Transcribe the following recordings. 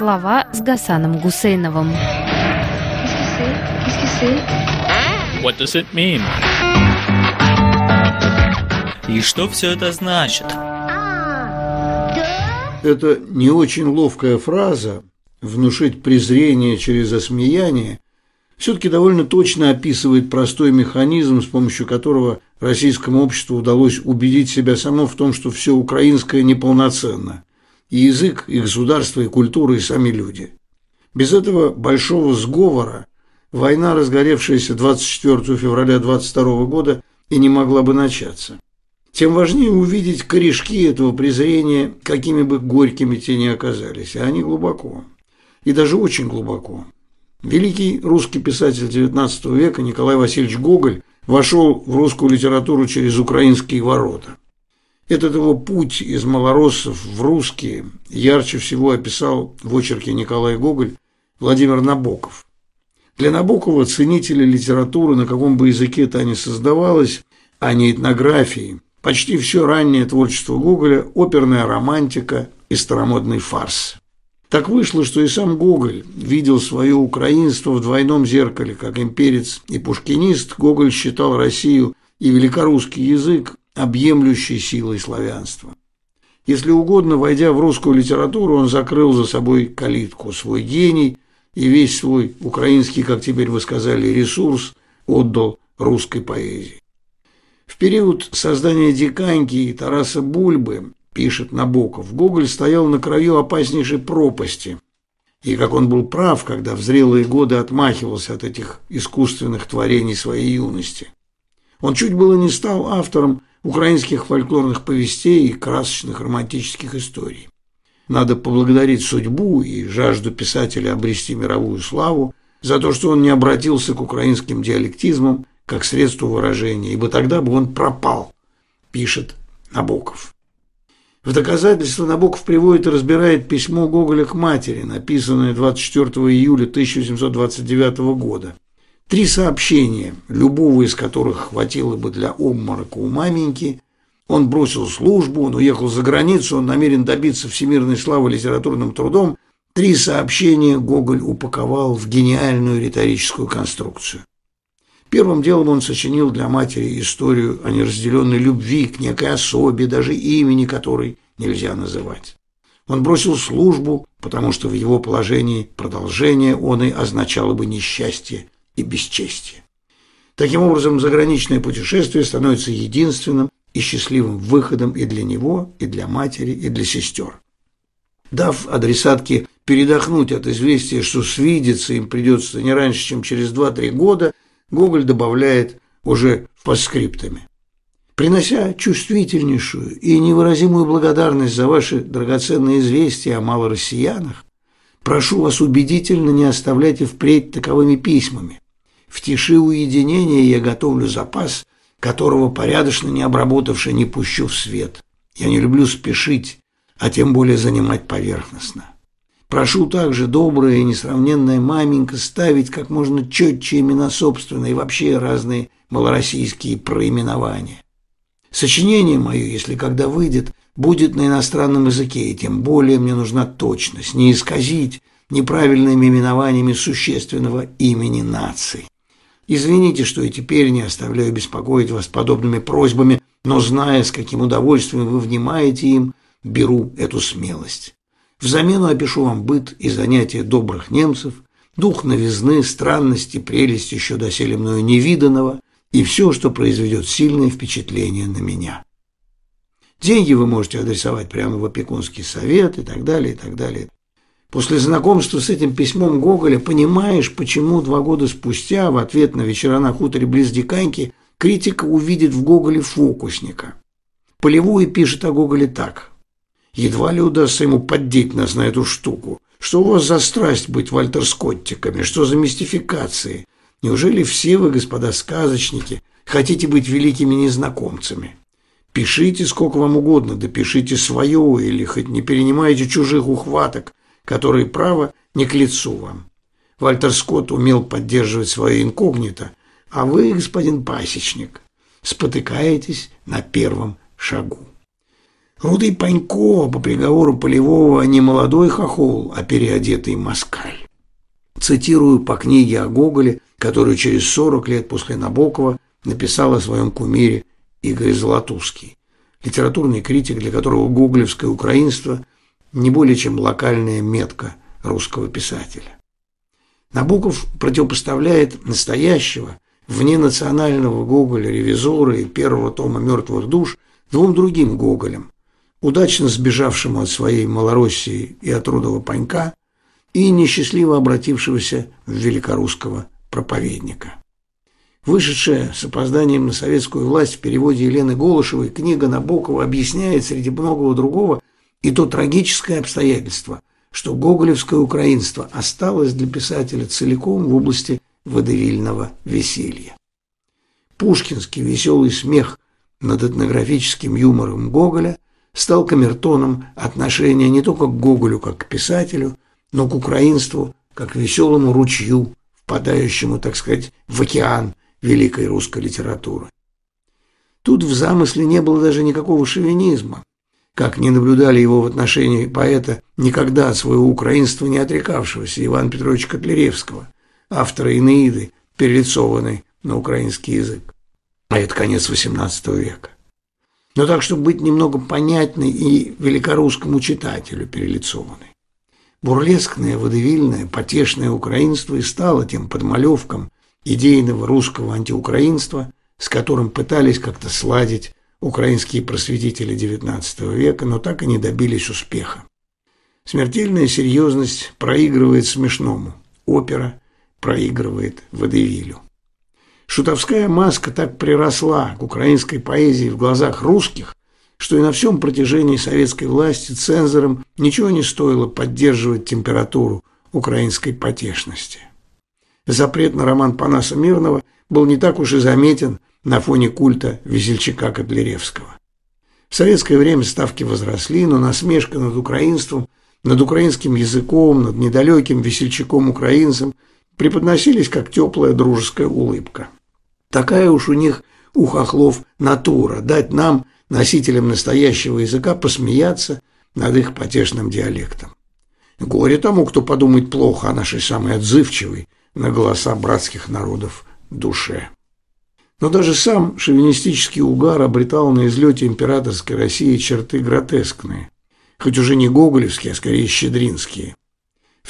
Слова с Гасаном Гусейновым. What does it mean? И что все это значит? Это не очень ловкая фраза «внушить презрение через осмеяние» все-таки довольно точно описывает простой механизм, с помощью которого российскому обществу удалось убедить себя само в том, что все украинское неполноценно. И язык, и государство, и культура, и сами люди. Без этого большого сговора война, разгоревшаяся 24 февраля 22 года, и не могла бы начаться. Тем важнее увидеть корешки этого презрения, какими бы горькими те ни оказались, а они глубоко. И даже очень глубоко. Великий русский писатель XIX века Николай Васильевич Гоголь вошел в русскую литературу через украинские ворота. Этот его путь из малороссов в русские ярче всего описал в очерке Николай Гоголь Владимир Набоков. Для Набокова, ценителя литературы, на каком бы языке та ни создавалась, а не этнографии, почти все раннее творчество Гоголя – оперная романтика и старомодный фарс. Так вышло, что и сам Гоголь видел свое украинство в двойном зеркале. Как имперец и пушкинист, Гоголь считал Россию и великорусский язык объемлющей силой славянства. Если угодно, войдя в русскую литературу, он закрыл за собой калитку, свой гений и весь свой украинский, как теперь вы сказали, ресурс отдал русской поэзии. В период создания Диканьки и Тараса Бульбы, пишет Набоков, Гоголь стоял на краю опаснейшей пропасти. И как он был прав, когда в зрелые годы отмахивался от этих искусственных творений своей юности. Он чуть было не стал автором украинских фольклорных повестей и красочных романтических историй. Надо поблагодарить судьбу и жажду писателя обрести мировую славу за то, что он не обратился к украинским диалектизмам как средству выражения, ибо тогда бы он пропал, пишет Набоков. В доказательство Набоков приводит и разбирает письмо Гоголя к матери, написанное 24 июля 1729 года. 3 сообщения, любого из которых хватило бы для обморока у маменьки. Он бросил службу, он уехал за границу, он намерен добиться всемирной славы литературным трудом. 3 сообщения Гоголь упаковал в гениальную риторическую конструкцию. Первым делом он сочинил для матери историю о неразделенной любви к некой особе, даже имени которой нельзя называть. Он бросил службу, потому что в его положении продолжение оной означало бы несчастье и бесчестие. Таким образом, заграничное путешествие становится единственным и счастливым выходом и для него, и для матери, и для сестер. Дав адресатке передохнуть от известия, что свидеться им придется не раньше, чем через 2-3 года, Гоголь добавляет уже в постскриптуме: принося чувствительнейшую и невыразимую благодарность за ваши драгоценные известия о малороссиянах, прошу вас убедительно не оставлять и впредь таковыми письмами. В тиши уединения я готовлю запас, которого порядочно не обработавши не пущу в свет. Я не люблю спешить, а тем более занимать поверхностно. Прошу также, добрая и несравненная маменька, ставить как можно четче имена собственные и вообще разные малороссийские проименования. Сочинение мое, если когда выйдет, будет на иностранном языке, и тем более мне нужна точность, не исказить неправильными именованиями существенного имени нации. Извините, что и теперь не оставляю беспокоить вас подобными просьбами, но, зная, с каким удовольствием вы внимаете им, беру эту смелость. Взамен опишу вам быт и занятия добрых немцев, дух новизны, странности, прелесть еще доселе мною невиданного и все, что произведет сильное впечатление на меня. Деньги вы можете адресовать прямо в опекунский совет и так далее, и так далее. После знакомства с этим письмом Гоголя понимаешь, почему 2 года спустя, в ответ на вечера на хуторе близ Диканьки, критика увидит в Гоголе фокусника. Полевой пишет о Гоголе так: едва ли удастся ему поддеть нас на эту штуку. Что у вас за страсть быть вальтерскоттиками? Что за мистификации? Неужели все вы, господа сказочники, хотите быть великими незнакомцами? Пишите сколько вам угодно, да пишите свое, или хоть не перенимайте чужих ухваток, которые, право, не к лицу вам. Вальтер Скотт умел поддерживать свое инкогнито, а вы, господин пасечник, спотыкаетесь на первом шагу. Рудый Панько по приговору Полевого не молодой хохол, а переодетый москаль. Цитирую по книге о Гоголе, которую через 40 лет после Набокова написал о своем кумире Игорь Золотузский, литературный критик, для которого гоголевское украинство не более чем локальная метка русского писателя. Набоков противопоставляет настоящего, вненационального Гоголя, Ревизора и первого тома «Мертвых душ» двум другим Гоголям, удачно сбежавшему от своей Малороссии и от Рудого Панька и несчастливо обратившегося в великорусского проповедника. Вышедшая с опозданием на советскую власть в переводе Елены Голышевой книга Набокова объясняет, среди многого другого, и то трагическое обстоятельство, что гоголевское украинство осталось для писателя целиком в области водевильного веселья. Пушкинский веселый смех над этнографическим юмором Гоголя стал камертоном отношения не только к Гоголю как к писателю, но к украинству как к веселому ручью, впадающему, так сказать, в океан великой русской литературы. Тут в замысле не было даже никакого шовинизма, как не наблюдали его в отношении поэта, никогда от своего украинства не отрекавшегося Ивана Петровича Котляревского, автора «Энеиды», перелицованной на украинский язык. А это конец XVIII века. Но так, чтобы быть немного понятной и великорусскому читателю перелицованной. Бурлескное, водевильное, потешное украинство и стало тем подмалевком идейного русского антиукраинства, с которым пытались как-то сладить украинские просветители XIX века, но так и не добились успеха. Смертельная серьезность проигрывает смешному, опера проигрывает водевилю. Шутовская маска так приросла к украинской поэзии в глазах русских, что и на всем протяжении советской власти цензорам ничего не стоило поддерживать температуру украинской потешности. Запрет на роман Панаса Мирного был не так уж и заметен на фоне культа весельчака Котляревского. В советское время ставки возросли, но насмешка над украинством, над украинским языком, над недалеким весельчаком-украинцем преподносились как теплая дружеская улыбка. Такая уж у них, у хохлов, натура – дать нам, носителям настоящего языка, посмеяться над их потешным диалектом. Горе тому, кто подумает плохо о нашей самой отзывчивой на голоса братских народов душе. Но даже сам шовинистический угар обретал на излете императорской России черты гротескные, хоть уже не гоголевские, а скорее щедринские. В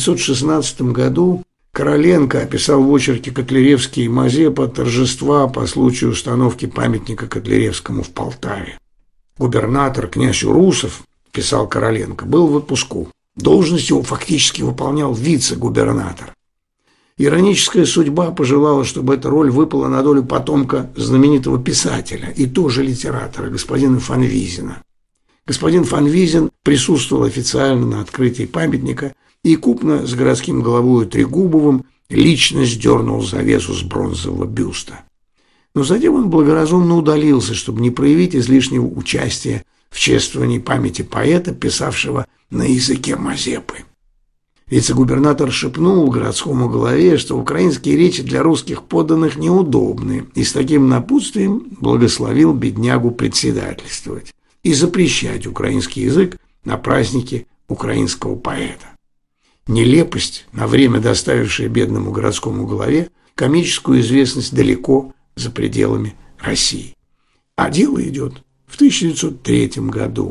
1916 году Короленко описал в очерке «Котляревский Мазепа» торжества по случаю установки памятника Котляревскому в Полтаве. Губернатор князь Урусов, писал Короленко, был в отпуску. Должность его фактически выполнял вице-губернатор. Ироническая судьба пожелала, чтобы эта роль выпала на долю потомка знаменитого писателя и тоже литератора, господина Фанвизина. Господин Фанвизин присутствовал официально на открытии памятника и купно с городским головою Трегубовым лично сдернул завесу с бронзового бюста. Но затем он благоразумно удалился, чтобы не проявить излишнего участия в чествовании памяти поэта, писавшего на языке Мазепы. Вице-губернатор шепнул городскому голове, что украинские речи для русских подданных неудобны, и с таким напутствием благословил беднягу председательствовать и запрещать украинский язык на празднике украинского поэта. Нелепость, на время доставившая бедному городскому голове комическую известность далеко за пределами России. А дело идет в 1903 году.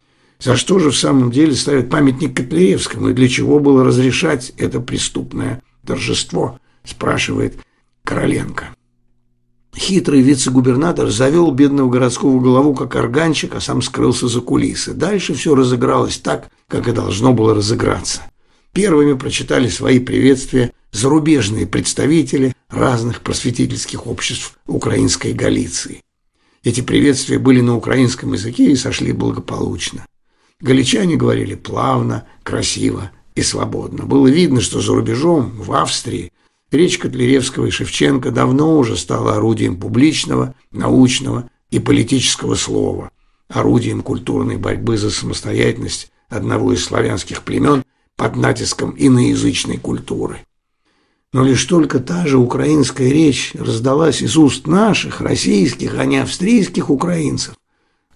За что же в самом деле ставят памятник Котляревскому и для чего было разрешать это преступное торжество, спрашивает Короленко. Хитрый вице-губернатор завел бедного городского голову как органчик, а сам скрылся за кулисы. Дальше все разыгралось так, как и должно было разыграться. Первыми прочитали свои приветствия зарубежные представители разных просветительских обществ украинской Галиции. Эти приветствия были на украинском языке и сошли благополучно. Галичане говорили плавно, красиво и свободно. Было видно, что за рубежом, в Австрии, речь Котляревского и Шевченко давно уже стала орудием публичного, научного и политического слова, орудием культурной борьбы за самостоятельность одного из славянских племен под натиском иноязычной культуры. Но лишь только та же украинская речь раздалась из уст наших, российских, а не австрийских украинцев,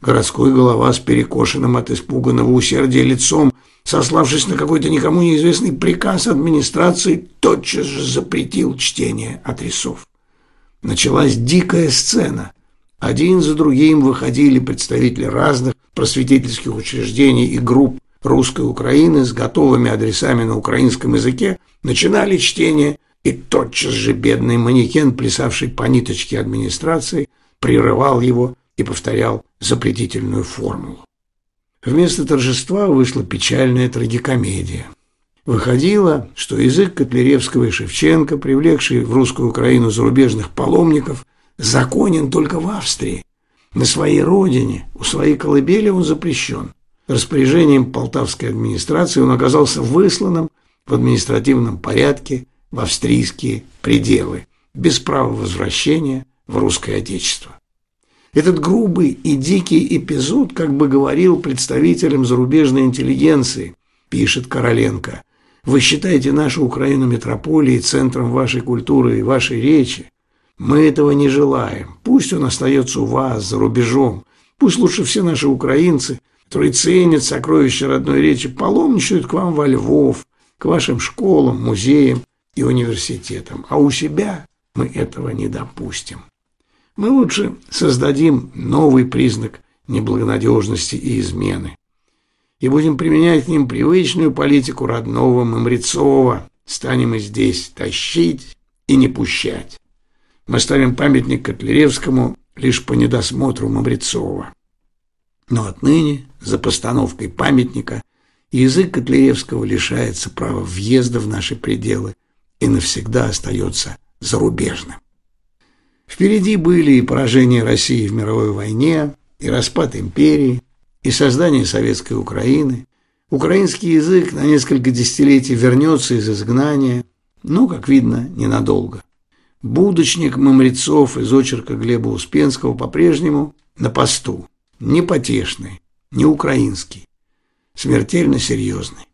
городской голова с перекошенным от испуганного усердия лицом, сославшись на какой-то никому неизвестный приказ администрации, тотчас же запретил чтение адресов. Началась дикая сцена. Один за другим выходили представители разных просветительских учреждений и групп русской Украины с готовыми адресами на украинском языке, начинали чтение, и тотчас же бедный манекен, плясавший по ниточке администрации, прерывал его и повторял запретительную формулу. Вместо торжества вышла печальная трагикомедия. Выходило, что язык Котляревского и Шевченко, привлекший в русскую Украину зарубежных паломников, законен только в Австрии. На своей родине, у своей колыбели он запрещен. Распоряжением полтавской администрации он оказался высланным в административном порядке в австрийские пределы, без права возвращения в русское отечество. Этот грубый и дикий эпизод как бы говорил представителям зарубежной интеллигенции, пишет Короленко: «Вы считаете нашу Украину метрополией, центром вашей культуры и вашей речи? Мы этого не желаем. Пусть он остается у вас, за рубежом. Пусть лучше все наши украинцы, которые ценят сокровища родной речи, паломничают к вам во Львов, к вашим школам, музеям и университетам. А у себя мы этого не допустим. Мы лучше создадим новый признак неблагонадежности и измены. И будем применять к ним привычную политику родного Мамрицова. Станем и здесь тащить и не пущать. Мы ставим памятник Котляревскому лишь по недосмотру Мамрицова. Но отныне, за постановкой памятника, язык Котляревского лишается права въезда в наши пределы и навсегда остается зарубежным». Впереди были и поражение России в мировой войне, и распад империи, и создание советской Украины. Украинский язык на несколько десятилетий вернется из изгнания, но, как видно, ненадолго. Будочник Мамрицов из очерка Глеба Успенского по-прежнему на посту, не потешный, не украинский, смертельно серьезный.